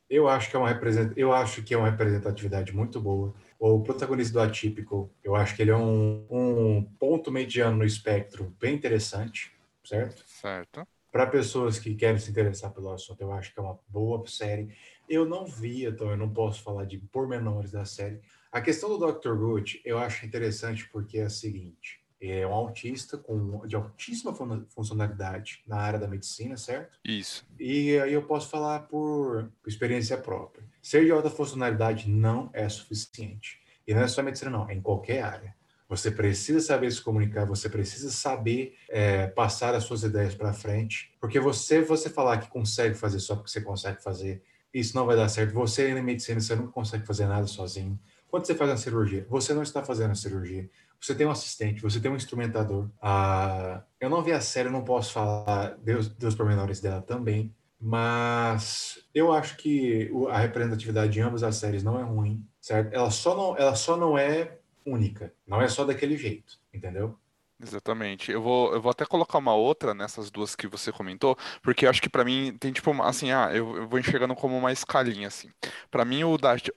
Eu acho que é uma representatividade muito boa. O protagonista do Atypical, eu acho que ele é um ponto mediano no espectro bem interessante, certo? Certo? Para pessoas que querem se interessar pelo assunto, eu acho que é uma boa série. Eu não vi, então eu não posso falar de pormenores da série. A questão do Dr. Good eu acho interessante porque é a seguinte: é um autista de altíssima funcionalidade na área da medicina, certo? Isso, E aí eu posso falar por experiência própria. Ser de alta funcionalidade não é suficiente. E não é só medicina, não, é em qualquer área. Você precisa saber se comunicar, você precisa saber passar as suas ideias para frente, porque você falar que consegue fazer só porque você consegue fazer, isso não vai dar certo. Você na medicina, você não consegue fazer nada sozinho. Quando você faz uma cirurgia, você não está fazendo a cirurgia. Você tem um assistente, você tem um instrumentador. Eu não vi a série, eu não posso falar dos pormenores dela também, mas eu acho que a representatividade de ambas as séries não é ruim, certo? Ela só não é única, não é só daquele jeito, entendeu? exatamente. Eu vou até colocar uma outra nessas duas que você comentou, porque eu acho que pra mim tem tipo assim, eu vou enxergando como uma escalinha assim. Pra mim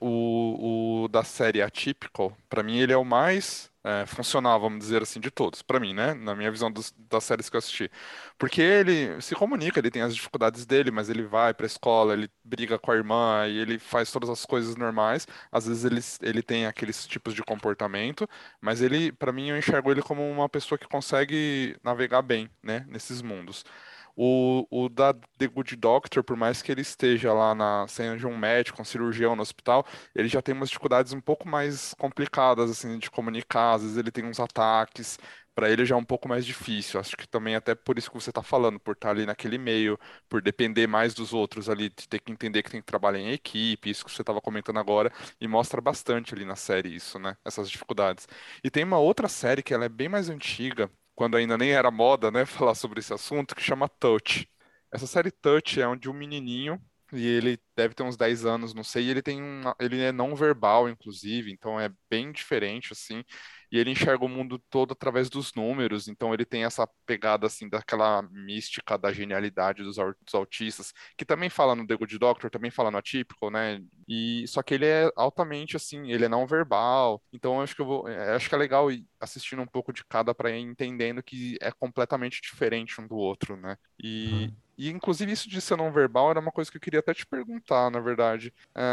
o da série Atypical, pra mim ele é o mais funcional, vamos dizer assim, de todos. Pra mim, né? Na minha visão das séries que eu assisti. Porque ele se comunica, ele tem as dificuldades dele, mas ele vai pra escola, ele briga com a irmã e ele faz todas as coisas normais. Às vezes ele tem aqueles tipos de comportamento, mas ele, para mim, eu enxergo ele como uma pessoa que consegue navegar bem, né, nesses mundos. O da The Good Doctor, por mais que ele esteja lá seja um médico, um cirurgião no hospital, ele já tem umas dificuldades um pouco mais complicadas, assim, de comunicar. Às vezes ele tem uns ataques. Para ele já é um pouco mais difícil. Acho que também até por isso que você está falando, por estar ali naquele meio, por depender mais dos outros ali, de ter que entender que tem que trabalhar em equipe, isso que você estava comentando agora, e mostra bastante ali na série isso, né? Essas dificuldades. E tem uma outra série que ela é bem mais antiga, quando ainda nem era moda, né, falar sobre esse assunto, que chama Touch. Essa série Touch é onde um menininho, e ele deve ter uns 10 anos, não sei, e ele é não verbal, inclusive, então é bem diferente, assim, e ele enxerga o mundo todo através dos números, então ele tem essa pegada, assim, daquela mística da genialidade dos autistas, que também fala no The Good Doctor, também fala no Atypical, né, e só que ele é altamente assim, ele é não verbal. Então eu acho que acho que é legal ir assistindo um pouco de cada para ir entendendo que é completamente diferente um do outro, né? E inclusive isso de ser não verbal era uma coisa que eu queria até te perguntar, na verdade.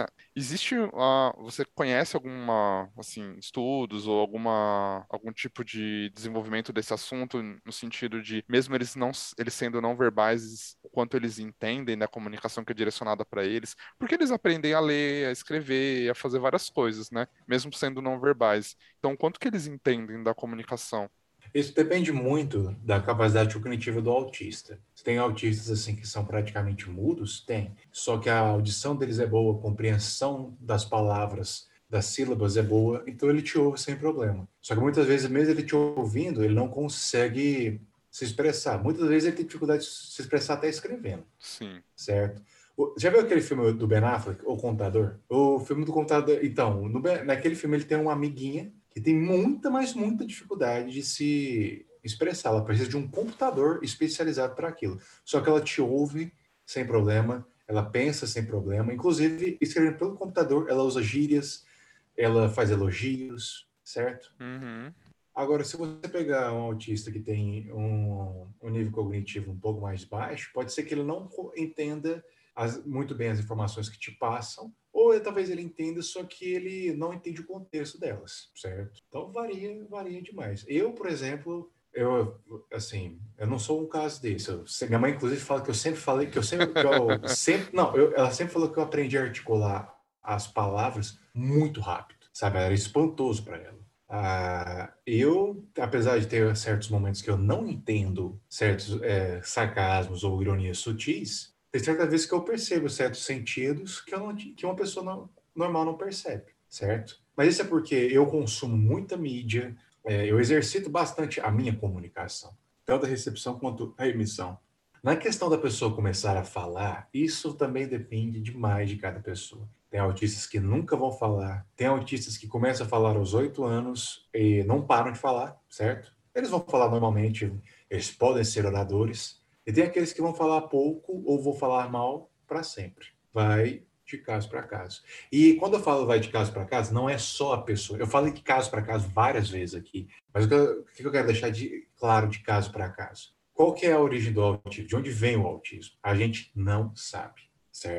Você conhece alguma, assim, estudos ou algum tipo de desenvolvimento desse assunto no sentido de, mesmo eles sendo não verbais, o quanto eles entendem da comunicação que é direcionada para eles? Porque eles aprendem a ler, a escrever, a fazer várias coisas, né? Mesmo sendo não verbais. Então, quanto que eles entendem da comunicação? Isso depende muito da capacidade cognitiva do autista. Tem autistas assim que são praticamente mudos? Tem. Só que a audição deles é boa, a compreensão das palavras, das sílabas é boa, então ele te ouve sem problema. Só que muitas vezes, mesmo ele te ouvindo, ele não consegue se expressar. Muitas vezes ele tem dificuldade de se expressar até escrevendo, Sim. certo? Já viu aquele filme do Ben Affleck, O Contador? O filme do Contador. Então, naquele filme ele tem uma amiguinha que tem muita, mas muita dificuldade de se expressar. Ela precisa de um computador especializado para aquilo. Só que ela te ouve sem problema, ela pensa sem problema. Inclusive, escrevendo pelo computador, ela usa gírias, ela faz elogios, certo? Uhum. Agora, se você pegar um autista que tem um nível cognitivo um pouco mais baixo, pode ser que ele não entenda muito bem as informações que te passam, ou talvez ele entenda, só que ele não entende o contexto delas, certo? Então varia demais. Eu, por exemplo, assim, eu não sou um caso desse. Minha mãe, inclusive, fala que eu sempre falei não, ela sempre falou que eu aprendi a articular as palavras muito rápido, sabe? Era espantoso para ela. Apesar de ter certos momentos que eu não entendo certos sarcasmos ou ironias sutis, tem certas vezes que eu percebo certos sentidos que uma pessoa normal não percebe, certo? Mas isso é porque eu consumo muita mídia, eu exercito bastante a minha comunicação, tanto a recepção quanto a emissão. Na questão da pessoa começar a falar, isso também depende demais de cada pessoa. Tem autistas que nunca vão falar, tem autistas que começam a falar aos 8 anos e não param de falar, certo? Eles vão falar normalmente, eles podem ser oradores, e tem aqueles que vão falar pouco ou vão falar mal para sempre. Vai de caso para caso. E quando eu falo vai de caso para caso, não é só a pessoa. Eu falei de caso para caso várias vezes aqui, mas o que eu quero deixar claro de caso para caso? Qual que é a origem do autismo? De onde vem o autismo? A gente não sabe, certo?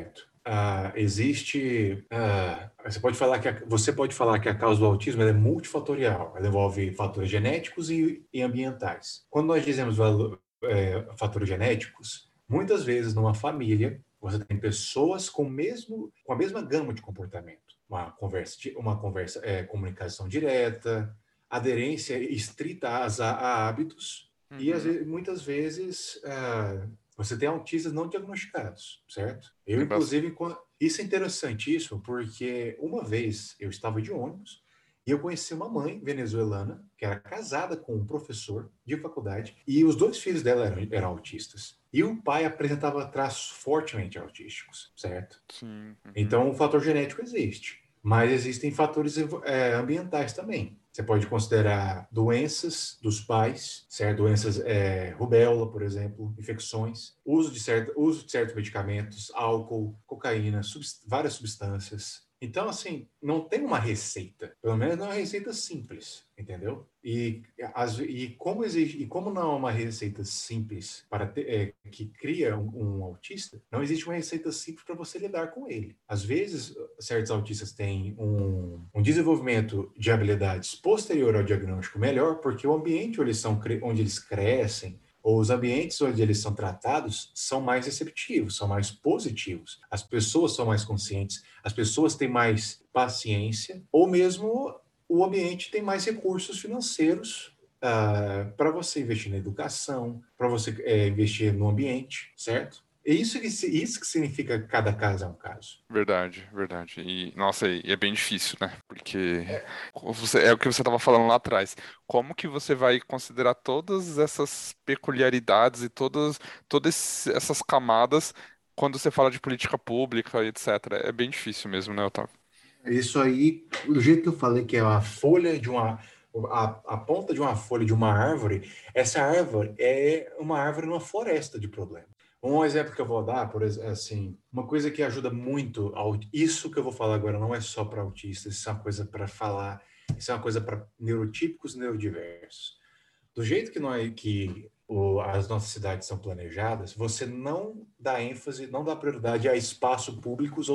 você pode falar que a causa do autismo ela é multifatorial, ela envolve fatores genéticos e ambientais. Quando nós dizemos fatores genéticos, muitas vezes numa família você tem pessoas com a mesma gama de comportamento, comunicação direta, aderência estrita a hábitos e Uhum. muitas vezes você tem autistas não diagnosticados, certo? Eu, Tem bastante. inclusive, isso é interessantíssimo, porque uma vez eu estava de ônibus e eu conheci uma mãe venezuelana que era casada com um professor de faculdade e os dois filhos dela eram autistas. E o pai apresentava traços fortemente autísticos, certo? Sim. Uhum. Então, o fator genético existe, mas existem fatores ambientais também. Você pode considerar doenças dos pais, certo? Doenças, rubéola, por exemplo, infecções, uso de certos medicamentos, álcool, cocaína, várias substâncias. Então, assim, não tem uma receita, pelo menos não é uma receita simples, entendeu? Como não é uma receita simples que cria um autista, não existe uma receita simples para você lidar com ele. Às vezes, certos autistas têm um desenvolvimento de habilidades posterior ao diagnóstico melhor, porque o ambiente onde eles crescem, ou os ambientes onde eles são tratados são mais receptivos, são mais positivos. As pessoas são mais conscientes, as pessoas têm mais paciência, ou mesmo o ambiente tem mais recursos financeiros para você investir na educação, para você investir no ambiente, certo? É isso que significa que cada caso é um caso. Verdade, verdade. E, nossa, e é bem difícil, né? Porque é o que você estava falando lá atrás. Como que você vai considerar todas essas peculiaridades e todas essas camadas quando você fala de política pública e etc. É bem difícil mesmo, né, Otávio? Isso aí, do jeito que eu falei, que é a folha de a ponta de uma folha de uma árvore, essa árvore é uma árvore numa floresta de problemas. Um exemplo que eu vou dar, por exemplo, assim, uma coisa que ajuda muito, isso que eu vou falar agora não é só para autistas, isso é uma coisa para falar, isso é uma coisa para neurotípicos e neurodiversos. Do jeito que as nossas cidades são planejadas, você não dá ênfase, não dá prioridade a espaços públicos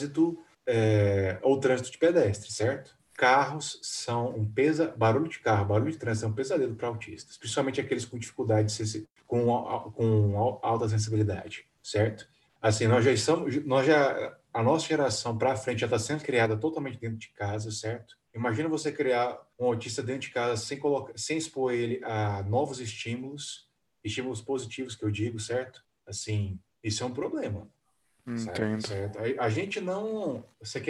ou trânsito de pedestre, certo? Carros são barulho de carro, barulho de trânsito é um pesadelo para autistas, principalmente aqueles com dificuldade com alta sensibilidade, certo? Assim, a nossa geração para frente já está sendo criada totalmente dentro de casa, certo? Imagina você criar um autista dentro de casa sem expor ele a novos estímulos positivos que eu digo, certo? Assim, isso é um problema. Certo, Entendo. certo. A gente não.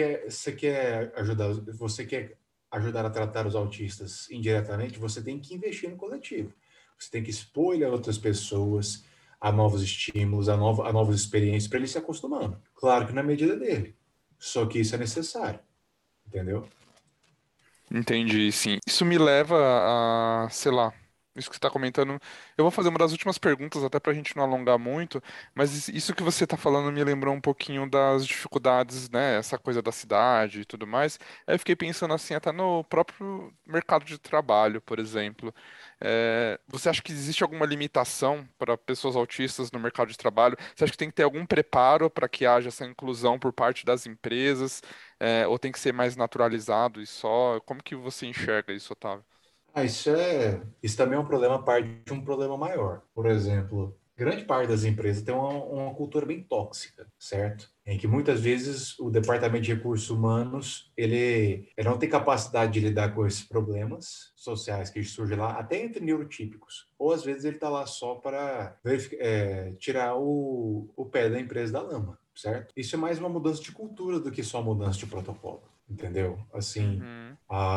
Você quer ajudar a tratar os autistas indiretamente, você tem que investir no coletivo. Você tem que expor ele a outras pessoas, a novos estímulos, a novas experiências, para ele se acostumando. Claro que na medida dele. Só que isso é necessário, entendeu? Entendi, sim. Isso me leva a, sei lá, isso que você está comentando. Eu vou fazer uma das últimas perguntas, até para a gente não alongar muito, mas isso que você está falando me lembrou um pouquinho das dificuldades, né? Essa coisa da cidade e tudo mais. Aí eu fiquei pensando assim, até no próprio mercado de trabalho, por exemplo. Você acha que existe alguma limitação para pessoas autistas no mercado de trabalho? Você acha que tem que ter algum preparo para que haja essa inclusão por parte das empresas? Ou tem que ser mais naturalizado e só? Como que você enxerga isso, Otávio? Isso também é um problema, parte de um problema maior. Por exemplo, grande parte das empresas tem uma cultura bem tóxica, certo? Em que muitas vezes o departamento de recursos humanos ele não tem capacidade de lidar com esses problemas sociais que surgem lá, até entre neurotípicos. Ou às vezes ele está lá só para tirar o pé da empresa da lama, certo? Isso é mais uma mudança de cultura do que só uma mudança de protocolo, entendeu? Assim, Uhum,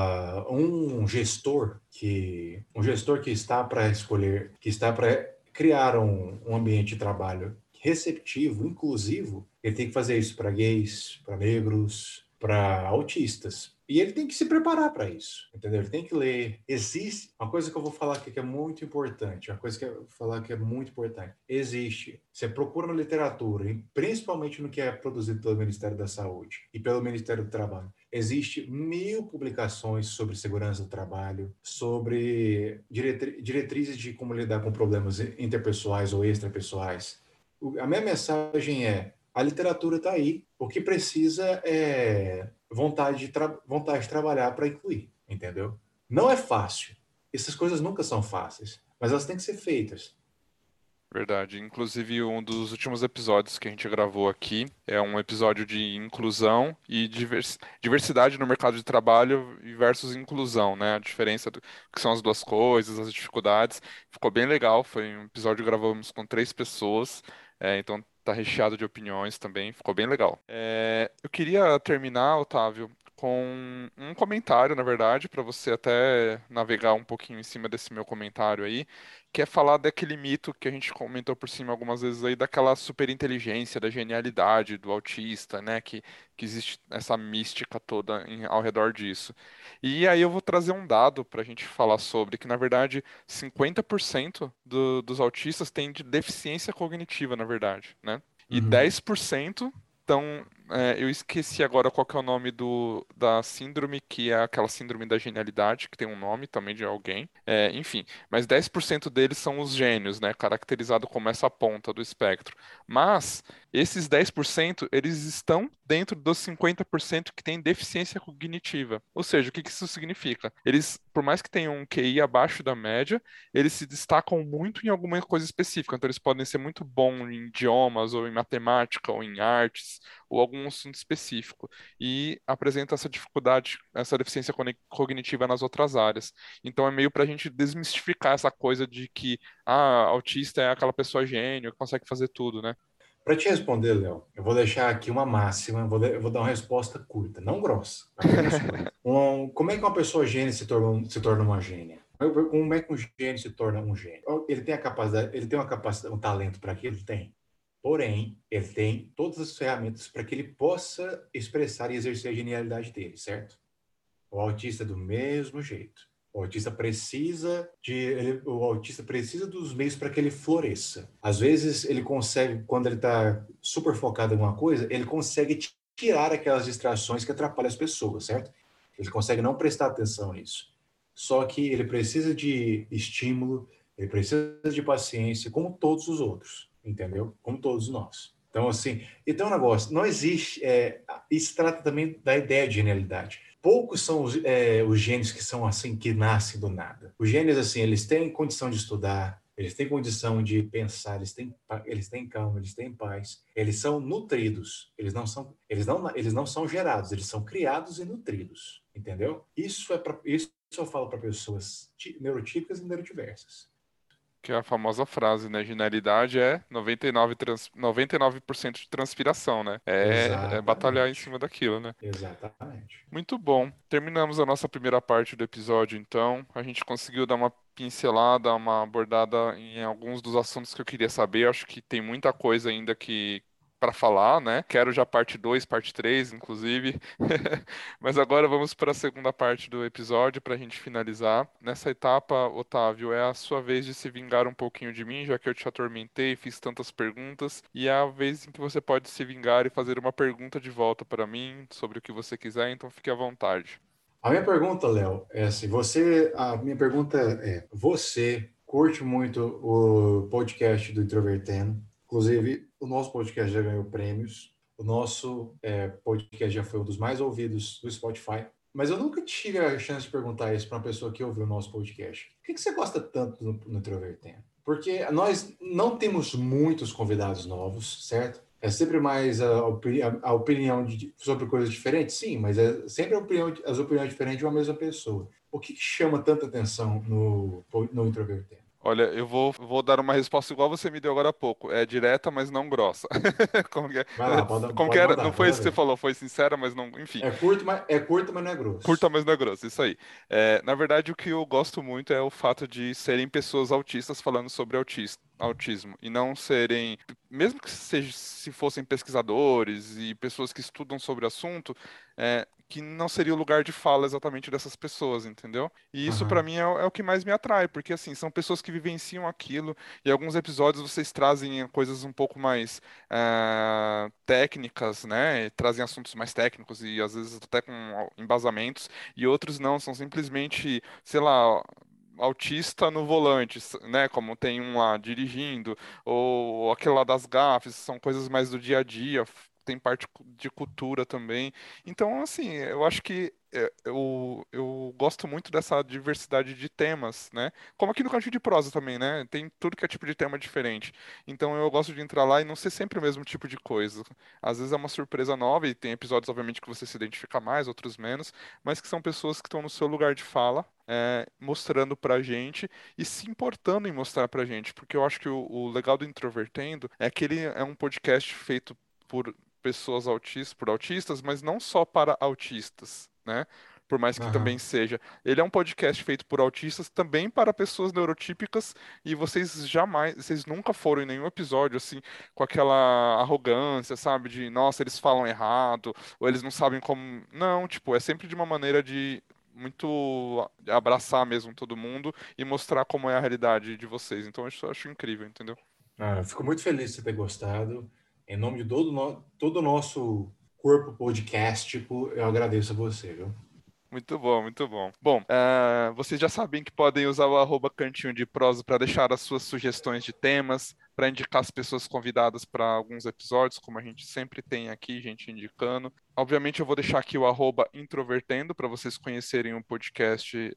um gestor que está para escolher, que está para criar um ambiente de trabalho receptivo, inclusivo, ele tem que fazer isso para gays, para negros, para autistas. E ele tem que se preparar para isso, entendeu? Ele tem que ler. Existe uma coisa que eu vou falar aqui que é muito importante, uma coisa que eu vou falar que é muito importante. Existe. Você procura na literatura, e principalmente no que é produzido pelo Ministério da Saúde e pelo Ministério do Trabalho. Existe 1000 publicações sobre segurança do trabalho, sobre diretrizes de como lidar com problemas interpessoais ou extrapessoais. A minha mensagem é: A literatura está aí. O que precisa é vontade de trabalhar para incluir, entendeu? Não é fácil. Essas coisas nunca são fáceis, mas elas têm que ser feitas. Verdade. Inclusive, um dos últimos episódios que a gente gravou aqui é um episódio de inclusão e diversidade no mercado de trabalho versus inclusão, né? A diferença do que são as duas coisas, as dificuldades. Ficou bem legal. Foi um episódio que gravamos com 3 pessoas, então tá recheado de opiniões também. Ficou bem legal. Eu queria terminar, Otávio, com um comentário, na verdade, para você até navegar um pouquinho em cima desse meu comentário aí, que é falar daquele mito que a gente comentou por cima algumas vezes aí, daquela superinteligência, da genialidade do autista, né? Que existe essa mística toda ao redor disso. E aí eu vou trazer um dado para a gente falar sobre, que na verdade 50% dos autistas têm de deficiência cognitiva, na verdade, né? E Uhum. 10% estão. Eu esqueci agora qual que é o nome da síndrome, que é aquela síndrome da genialidade, que tem um nome também de alguém. Enfim, mas 10% deles são os gênios, né? Caracterizado como essa ponta do espectro. Mas esses 10%, eles estão dentro dos 50% que têm deficiência cognitiva. Ou seja, o que que isso significa? Eles, por mais que tenham um QI abaixo da média, eles se destacam muito em alguma coisa específica. Então, eles podem ser muito bons em idiomas, ou em matemática, ou em artes, ou algum assunto específico. E apresenta essa dificuldade, essa deficiência cognitiva nas outras áreas. Então, é meio para a gente desmistificar essa coisa de que autista é aquela pessoa gênio que consegue fazer tudo, né? Para te responder, Léo, eu vou deixar aqui uma máxima, eu vou dar uma resposta curta, não grossa, apenas curta. Como é que uma pessoa gênia se torna uma gênia? Como é que um gênio se torna um gênio? Ele tem a capacidade, ele tem uma capacidade, um talento para aquilo? Ele tem. Porém, ele tem todas as ferramentas para que ele possa expressar e exercer a genialidade dele, certo? O autista é do mesmo jeito. O autista precisa dos meios para que ele floresça. Às vezes ele consegue, quando ele está super focado em alguma coisa, ele consegue tirar aquelas distrações que atrapalham as pessoas, certo? Ele consegue não prestar atenção nisso. Só que ele precisa de estímulo, ele precisa de paciência, como todos os outros, entendeu? Como todos nós. Então, assim, então o negócio, não existe. Isso trata também da ideia de genialidade. Poucos são os gênios que são assim, que nascem do nada. Os gênios, assim, eles têm condição de estudar, eles têm condição de pensar, eles têm calma, eles têm paz, eles são nutridos, eles não são gerados, eles são criados e nutridos, entendeu? Isso eu falo para pessoas neurotípicas e neurodiversas. Que é a famosa frase, né? Genialidade é 99% de transpiração, né? É batalhar em Exatamente. cima daquilo, né? Exatamente. Muito bom. Terminamos a nossa primeira parte do episódio, então. A gente conseguiu dar uma pincelada, uma abordada em alguns dos assuntos que eu queria saber. Acho que tem muita coisa ainda que para falar, né? Quero já parte 2, parte 3, inclusive. Mas agora vamos para a segunda parte do episódio para a gente finalizar. Nessa etapa, Otávio, é a sua vez de se vingar um pouquinho de mim, já que eu te atormentei, fiz tantas perguntas, e é a vez em que você pode se vingar e fazer uma pergunta de volta para mim sobre o que você quiser, então fique à vontade. A minha pergunta, Léo, é assim, a minha pergunta é, você curte muito o podcast do Introvertendo? Inclusive, o nosso podcast já ganhou prêmios, o nosso podcast já foi um dos mais ouvidos do Spotify, mas eu nunca tive a chance de perguntar isso para uma pessoa que ouviu o nosso podcast. Por que você gosta tanto no Introvertendo? Porque nós não temos muitos convidados novos, certo? É sempre mais a opinião sobre coisas diferentes, sim, mas é sempre as opiniões diferentes de uma mesma pessoa. O que chama tanta atenção no Introvertendo? Olha, eu vou dar uma resposta igual você me deu agora há pouco. É direta, mas não grossa. Como que é? Vai lá, Como que pode era? Não mandar, foi manda isso que você ver. falou, foi sincera, mas não. Enfim. É curto, mas não é Curta, grosso. mas não é grosso, isso aí. Na verdade, o que eu gosto muito é o fato de serem pessoas autistas falando sobre autismo e não serem, mesmo que se fossem pesquisadores e pessoas que estudam sobre o assunto, que não seria o lugar de fala exatamente dessas pessoas, entendeu? E isso pra Aham, mim é o que mais me atrai, porque assim, são pessoas que vivenciam aquilo e alguns episódios vocês trazem coisas um pouco mais técnicas, né? Trazem assuntos mais técnicos e às vezes até com embasamentos, e outros não, são simplesmente, sei lá, autista no volante, né? Como tem um lá dirigindo, ou aquele lá das gafes, são coisas mais do dia a dia, tem parte de cultura também. Então, assim, eu acho que eu gosto muito dessa diversidade de temas, né? Como aqui no Cantinho de Prosa também, né? Tem tudo que é tipo de tema diferente. Então eu gosto de entrar lá e não ser sempre o mesmo tipo de coisa. Às vezes é uma surpresa nova e tem episódios, obviamente, que você se identifica mais, outros menos, mas que são pessoas que estão no seu lugar de fala, mostrando pra gente e se importando em mostrar pra gente, porque eu acho que o legal do Introvertendo é que ele é um podcast feito por pessoas autistas, por autistas, mas não só para autistas, né? Por mais que também Aham. seja. Ele é um podcast feito por autistas também para pessoas neurotípicas e vocês nunca foram em nenhum episódio assim com aquela arrogância, sabe? De, nossa, eles falam errado, ou eles não sabem como. Não, tipo, é sempre de uma maneira de muito abraçar mesmo todo mundo e mostrar como é a realidade de vocês. Então, isso eu acho incrível, entendeu? Ah, eu fico muito feliz de você ter gostado. Em nome de todo o nosso corpo podcástico, eu agradeço a você, viu? Muito bom, muito bom. Bom, vocês já sabem que podem usar o Cantinho de Prosa para deixar as suas sugestões de temas, para indicar as pessoas convidadas para alguns episódios, como a gente sempre tem aqui, gente indicando. Obviamente, eu vou deixar aqui o Introvertendo para vocês conhecerem o podcast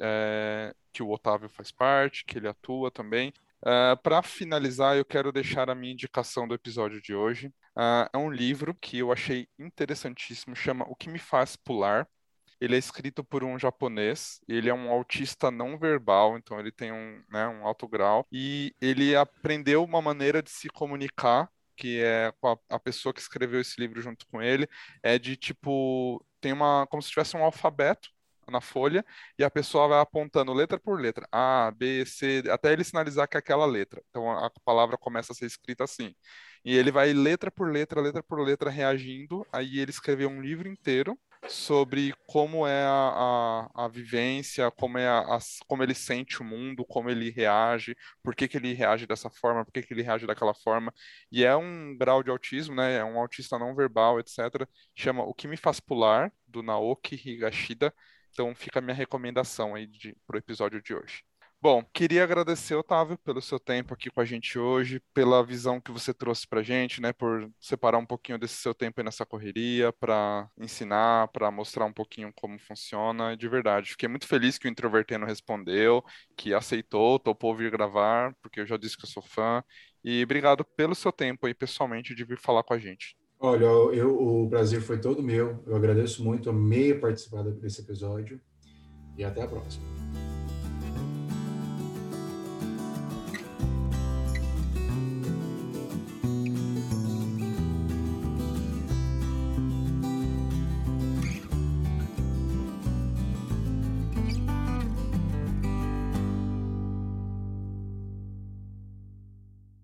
que o Otávio faz parte, que ele atua também. Para finalizar, eu quero deixar a minha indicação do episódio de hoje. É um livro que eu achei interessantíssimo, chama O que me faz pular. Ele é escrito por um japonês, ele é um autista não verbal, então ele tem um alto grau, e ele aprendeu uma maneira de se comunicar, que é com a pessoa que escreveu esse livro junto com ele, é de tipo, tem como se tivesse um alfabeto na folha, e a pessoa vai apontando letra por letra, A, B, C, até ele sinalizar que é aquela letra. Então a palavra começa a ser escrita assim. E ele vai letra por letra reagindo, aí ele escreveu um livro inteiro sobre como é a vivência, como ele sente o mundo, como ele reage, por que que ele reage dessa forma, por que que ele reage daquela forma. E é um grau de autismo, né? É um autista não verbal, etc. Chama O que me faz pular, do Naoki Higashida. Então fica a minha recomendação aí pro episódio de hoje. Bom, queria agradecer, Otávio, pelo seu tempo aqui com a gente hoje, pela visão que você trouxe para a gente, né, por separar um pouquinho desse seu tempo aí nessa correria, para ensinar, para mostrar um pouquinho como funciona, de verdade. Fiquei muito feliz que o Introvertendo respondeu, que aceitou, topou vir gravar, porque eu já disse que eu sou fã, e obrigado pelo seu tempo aí, pessoalmente, de vir falar com a gente. Olha, o prazer foi todo meu. Eu agradeço muito, amei participar desse episódio e até a próxima.